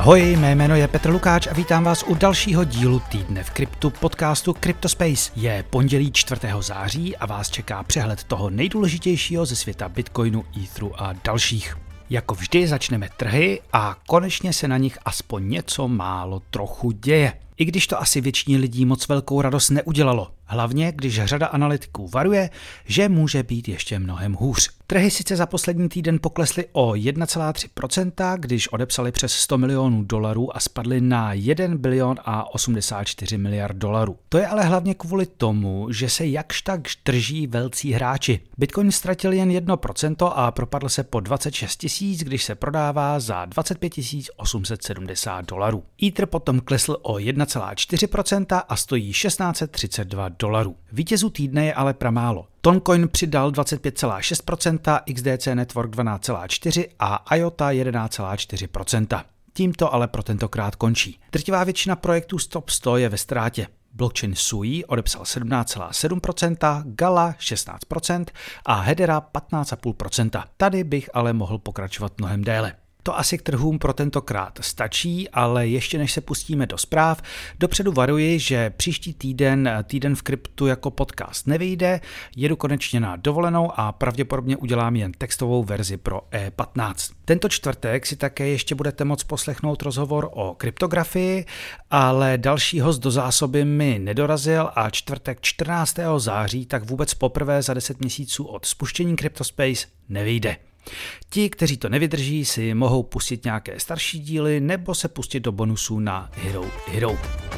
Ahoj, mé jméno je Petr Lukáč a vítám vás u dalšího dílu Týdne v kryptu podcastu CryptoSpace. Je pondělí 4. září a vás čeká přehled toho nejdůležitějšího ze světa Bitcoinu, Etheru a dalších. Jako vždy začneme trhy a konečně se na nich aspoň něco málo trochu děje. I když to asi většině lidí moc velkou radost neudělalo. Hlavně, když řada analytiků varuje, že může být ještě mnohem hůř. Trhy sice za poslední týden poklesly o 1,3%, když odepsali přes 100 milionů dolarů a spadly na 1 bilion a 84 miliard dolarů. To je ale hlavně kvůli tomu, že se jakž tak drží velcí hráči. Bitcoin ztratil jen 1% a propadl se po 26 000, když se prodává za 25 870 dolarů. Ether potom klesl o 1,4% a stojí 1632 dolarů. Vítězů týdne je ale pramálo. Toncoin přidal 25,6%, XDC Network 12,4% a IOTA 11,4%. Tím to ale pro tentokrát končí. Drtivá většina projektů z top 100 je ve ztrátě. Blockchain Sui odepsal 17,7%, Gala 16% a Hedera 15,5%. Tady bych ale mohl pokračovat mnohem déle. To asi k trhům pro tentokrát stačí, ale ještě než se pustíme do zpráv, dopředu varuji, že příští týden v kryptu jako podcast nevyjde, jedu konečně na dovolenou a pravděpodobně udělám jen textovou verzi pro E15. Tento čtvrtek si také ještě budete moct poslechnout rozhovor o kryptografii, ale další host do zásoby mi nedorazil a čtvrtek 14. září tak vůbec poprvé za 10 měsíců od spuštění CryptoSpace nevyjde. Ti, kteří to nevydrží, si mohou pustit nějaké starší díly nebo se pustit do bonusů na Hero.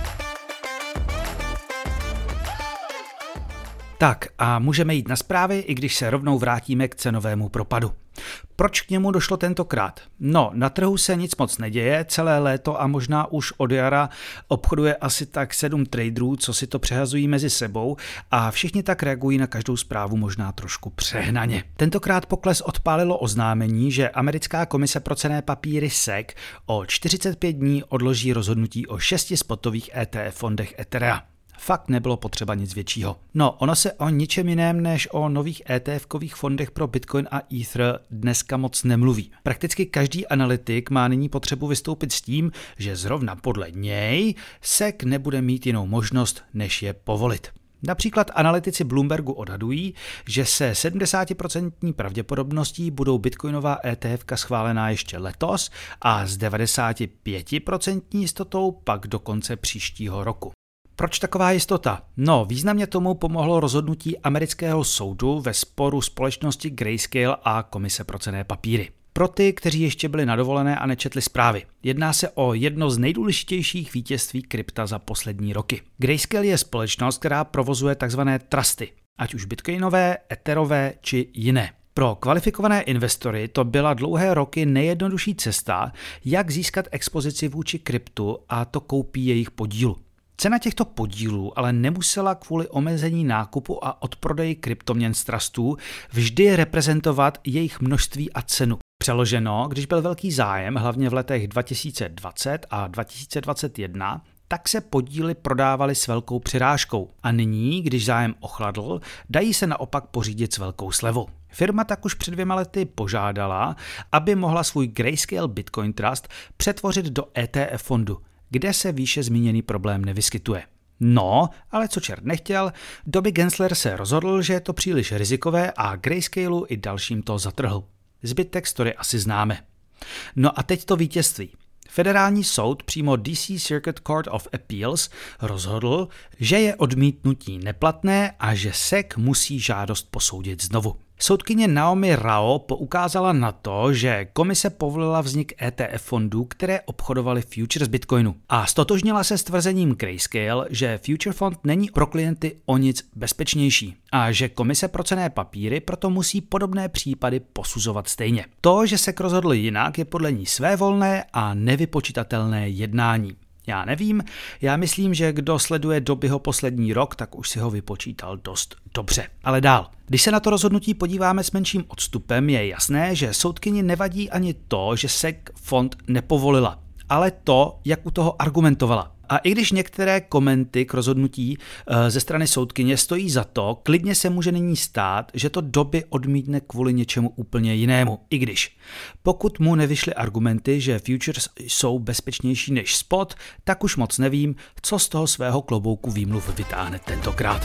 Tak a můžeme jít na zprávy, i když se rovnou vrátíme k cenovému propadu. Proč k němu došlo tentokrát? No, na trhu se nic moc neděje, celé léto a možná už od jara obchoduje asi tak 7 traderů, co si to přehazují mezi sebou a všichni tak reagují na každou zprávu možná trošku přehnaně. Tentokrát pokles odpálilo oznámení, že americká komise pro cenné papíry SEC o 45 dní odloží rozhodnutí o 6 spotových ETF fondech Etherea. Fakt nebylo potřeba nic většího. No, ono se o ničem jiném než o nových ETF-kových fondech pro Bitcoin a Ether dneska moc nemluví. Prakticky každý analytik má nyní potřebu vystoupit s tím, že zrovna podle něj SEC nebude mít jinou možnost, než je povolit. Například analytici Bloombergu odhadují, že se 70% pravděpodobností budou bitcoinová ETF schválená ještě letos a s 95% jistotou pak do konce příštího roku. Proč taková jistota? No, významně tomu pomohlo rozhodnutí amerického soudu ve sporu společnosti Grayscale a Komise pro cenné papíry. Pro ty, kteří ještě byli na dovolené a nečetli zprávy, jedná se o jedno z nejdůležitějších vítězství krypta za poslední roky. Grayscale je společnost, která provozuje tzv. Trusty, ať už bitcoinové, etherové či jiné. Pro kvalifikované investory to byla dlouhé roky nejjednodušší cesta, jak získat expozici vůči kryptu, a to koupí jejich podílu. Cena těchto podílů ale nemusela kvůli omezení nákupu a odprodeji kryptoměn z trustů vždy reprezentovat jejich množství a cenu. Přeloženo, když byl velký zájem, hlavně v letech 2020 a 2021, tak se podíly prodávaly s velkou přirážkou. A nyní, když zájem ochladl, dají se naopak pořídit s velkou slevou. Firma tak už před 2 lety požádala, aby mohla svůj Grayscale Bitcoin Trust přetvořit do ETF fondu, kde se výše zmíněný problém nevyskytuje. No, ale co čert nechtěl, Dobby Gensler se rozhodl, že je to příliš rizikové a Grayscaleu i dalším to zatrhl. Zbytek story asi známe. No a teď to vítězství. Federální soud, přímo DC Circuit Court of Appeals, rozhodl, že je odmítnutí neplatné a že SEC musí žádost posoudit znovu. Soudkyně Naomi Rao poukázala na to, že komise povolila vznik ETF fondů, které obchodovaly futures Bitcoinu. A stotožnila se s tvrzením Grayscale, že future fond není pro klienty o nic bezpečnější a že komise pro cenné papíry proto musí podobné případy posuzovat stejně. To, že se rozhodl jinak, je podle ní svévolné a nevypočitatelné jednání. Já nevím, já myslím, že kdo sleduje Dobbyho poslední rok, tak už si ho vypočítal dost dobře. Ale dál. Když se na to rozhodnutí podíváme s menším odstupem, je jasné, že soudkyni nevadí ani to, že SEC fond nepovolila, ale to, jak u toho argumentovala. A i když některé komenty k rozhodnutí ze strany soudkyně stojí za to, klidně se může nyní stát, že to Dobby odmítne kvůli něčemu úplně jinému. I když pokud mu nevyšly argumenty, že futures jsou bezpečnější než spot, tak už moc nevím, co z toho svého klobouku výmluv vytáhne tentokrát.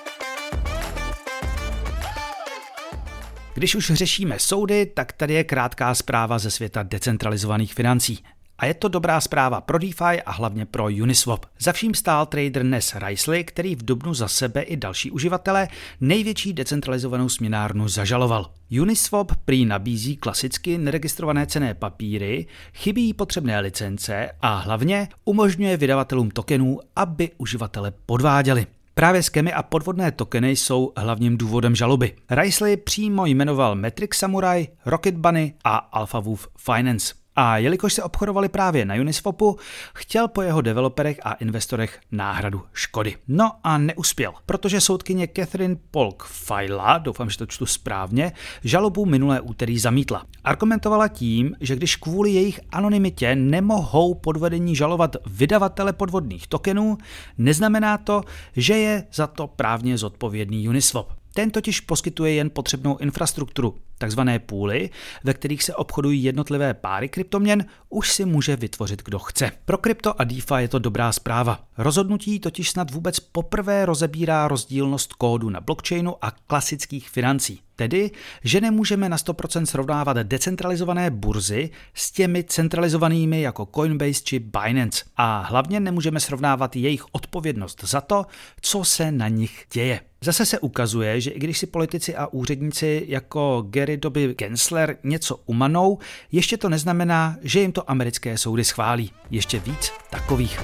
Když už řešíme soudy, tak tady je krátká zpráva ze světa decentralizovaných financí. A je to dobrá zpráva pro DeFi a hlavně pro Uniswap. Za vším stál trader Ness Risley, který v dubnu za sebe i další uživatele největší decentralizovanou směnárnu zažaloval. Uniswap prý nabízí klasicky neregistrované cenné papíry, chybí potřebné licence a hlavně umožňuje vydavatelům tokenů, aby uživatele podváděli. Právě skemy a podvodné tokeny jsou hlavním důvodem žaloby. Risley přímo jmenoval Metric Samurai, Rocket Bunny a Alpha Wolf Finance. A jelikož se obchodovali právě na Uniswapu, chtěl po jeho developerech a investorech náhradu škody. No a neuspěl, protože soudkyně Catherine Polk-Fila, doufám, že to čtu správně, žalobu minulé úterý zamítla. Argumentovala tím, že když kvůli jejich anonymitě nemohou podvedení žalovat vydavatele podvodných tokenů, neznamená to, že je za to právně zodpovědný Uniswap. Ten totiž poskytuje jen potřebnou infrastrukturu, takzvané pooly, ve kterých se obchodují jednotlivé páry kryptoměn, už si může vytvořit kdo chce. Pro krypto a DeFi je to dobrá zpráva. Rozhodnutí totiž snad vůbec poprvé rozebírá rozdílnost kódu na blockchainu a klasických financí. Tedy, že nemůžeme na 100% srovnávat decentralizované burzy s těmi centralizovanými jako Coinbase či Binance. A hlavně nemůžeme srovnávat jejich odpovědnost za to, co se na nich děje. Zase se ukazuje, že i když si politici a úředníci jako Gary Dobby Gensler něco umanou, ještě to neznamená, že jim to americké soudy schválí. Ještě víc takových.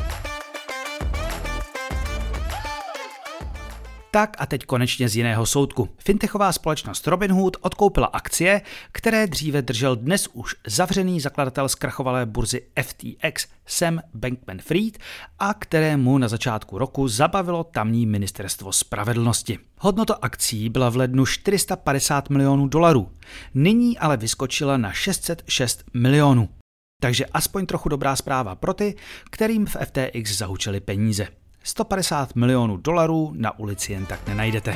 Tak a teď konečně z jiného soudku. Fintechová společnost Robinhood odkoupila akcie, které dříve držel dnes už zavřený zakladatel zkrachovalé burzy FTX Sam Bankman-Fried a kterému na začátku roku zabavilo tamní ministerstvo spravedlnosti. Hodnota akcí byla v lednu $450 milionů. Nyní ale vyskočila na 606 milionů. Takže aspoň trochu dobrá zpráva pro ty, kterým v FTX zahučely peníze. $150 milionů na ulici jen tak nenajdete.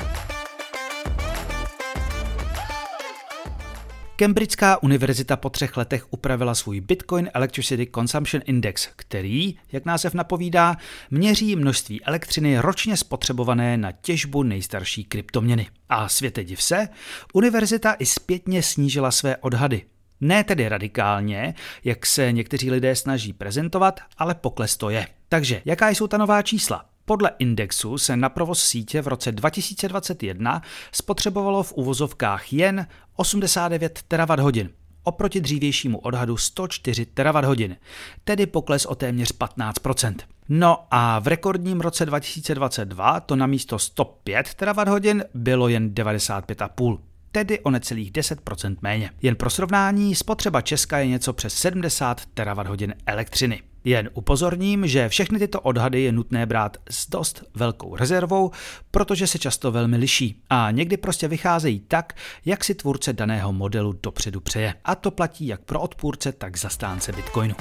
Cambridgeská univerzita po 3 letech upravila svůj Bitcoin Electricity Consumption Index, který, jak název napovídá, měří množství elektřiny ročně spotřebované na těžbu nejstarší kryptoměny. A světe div se, univerzita i zpětně snížila své odhady. Ne tedy radikálně, jak se někteří lidé snaží prezentovat, ale pokles to je. Takže, jaká jsou ta nová čísla? Podle indexu se na provoz sítě v roce 2021 spotřebovalo v uvozovkách jen 89 terawatt-hodin, oproti dřívějšímu odhadu 104 terawatt-hodin, tedy pokles o téměř 15%. No a v rekordním roce 2022 to na místo 105 terawatt-hodin bylo jen 95,5. Tedy o necelých 10% méně. Jen pro srovnání, spotřeba Česka je něco přes 70 terawatt-hodin elektřiny. Jen upozorním, že všechny tyto odhady je nutné brát s dost velkou rezervou, protože se často velmi liší a někdy prostě vycházejí tak, jak si tvůrce daného modelu dopředu přeje. A to platí jak pro odpůrce, tak zastánce Bitcoinu.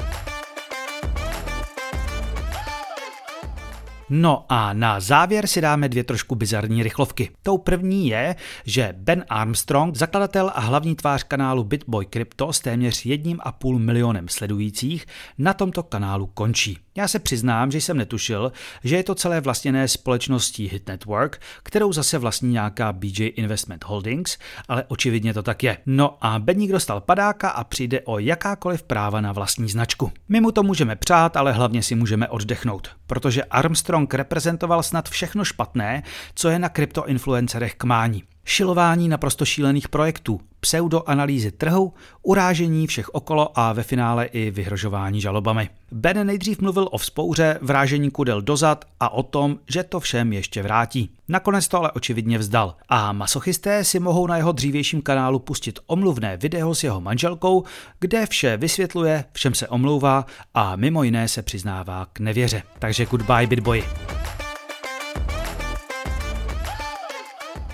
No a na závěr si dáme 2 trošku bizarní rychlovky. Tou první je, že Ben Armstrong, zakladatel a hlavní tvář kanálu BitBoy Crypto s téměř 1,5 milionem sledujících, na tomto kanálu končí. Já se přiznám, že jsem netušil, že je to celé vlastněné společností Hit Network, kterou zase vlastní nějaká BJ Investment Holdings, ale očividně to tak je. No a Beník dostal padáka a přijde o jakákoliv práva na vlastní značku. My mu to můžeme přát, ale hlavně si můžeme oddechnout, protože Armstrong reprezentoval snad všechno špatné, co je na kryptoinfluencerech k mání. Šilování naprosto šílených projektů, pseudoanalýzy trhu, urážení všech okolo a ve finále i vyhrožování žalobami. Ben nejdřív mluvil o vzpouře, vrážení kudel dozad a o tom, že to všem ještě vrátí. Nakonec to ale očividně vzdal. A masochisté si mohou na jeho dřívějším kanálu pustit omluvné video s jeho manželkou, kde vše vysvětluje, všem se omlouvá a mimo jiné se přiznává k nevěře. Takže goodbye, BitBoy.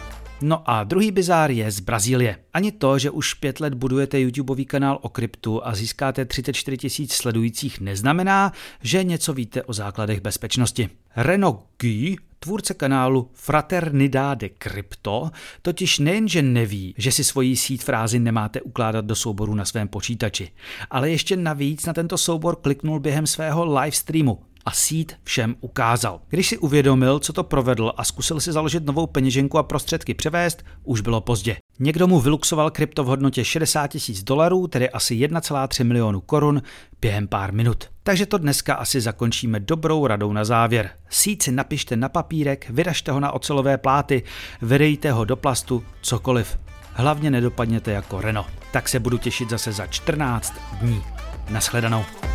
No a druhý bizár je z Brazílie. Ani to, že už 5 let budujete YouTubeový kanál o kryptu a získáte 34 000 sledujících, neznamená, že něco víte o základech bezpečnosti. Renaud Guy, tvůrce kanálu Fraternidade Crypto, totiž nejenže neví, že si svoji seed frázi nemáte ukládat do souboru na svém počítači, ale ještě navíc na tento soubor kliknul během svého livestreamu a seed všem ukázal. Když si uvědomil, co to provedl a zkusil si založit novou peněženku a prostředky převést, už bylo pozdě. Někdo mu vyluxoval krypto v hodnotě $60 000, tedy asi 1,3 milionu korun, během pár minut. Takže to dneska asi zakončíme dobrou radou na závěr. Seed si napište na papírek, vyražte ho na ocelové pláty, vydejte ho do plastu, cokoliv. Hlavně nedopadněte jako Renaud. Tak se budu těšit zase za 14 dní. Nashledanou.